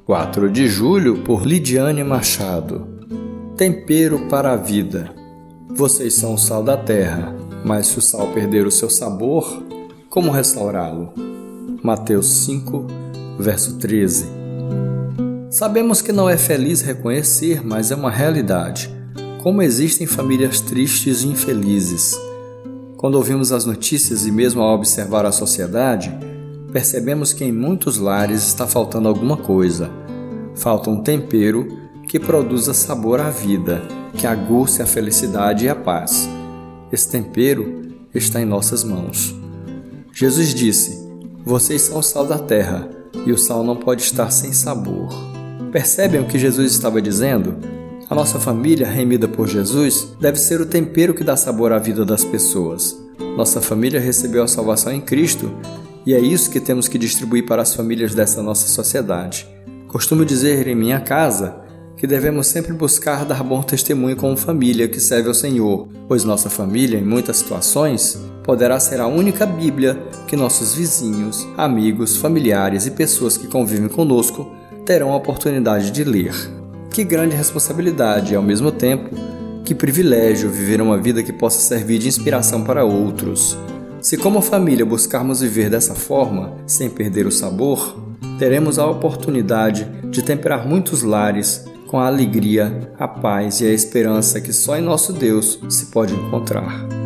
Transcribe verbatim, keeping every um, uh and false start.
quatro de julho, por Lidiane Machado. Tempero para a vida. Vocês são o sal da terra, mas se o sal perder o seu sabor, como restaurá-lo? Mateus cinco, verso treze. Sabemos que não é feliz reconhecer, mas é uma realidade. Como existem famílias tristes e infelizes. Quando ouvimos as notícias e mesmo ao observar a sociedade, percebemos que em muitos lares está faltando alguma coisa. Falta um tempero que produza sabor à vida, que aguce a felicidade e a paz. Esse tempero está em nossas mãos. Jesus disse: "Vocês são o sal da terra, e o sal não pode estar sem sabor." Percebem o que Jesus estava dizendo? A nossa família, remida por Jesus, deve ser o tempero que dá sabor à vida das pessoas. Nossa família recebeu a salvação em Cristo, e é isso que temos que distribuir para as famílias dessa nossa sociedade. Costumo dizer em minha casa que devemos sempre buscar dar bom testemunho como família que serve ao Senhor, pois nossa família, em muitas situações, poderá ser a única Bíblia que nossos vizinhos, amigos, familiares e pessoas que convivem conosco terão a oportunidade de ler. Que grande responsabilidade e, ao mesmo tempo, que privilégio viver uma vida que possa servir de inspiração para outros. Se como família buscarmos viver dessa forma, sem perder o sabor, teremos a oportunidade de temperar muitos lares com a alegria, a paz e a esperança que só em nosso Deus se pode encontrar.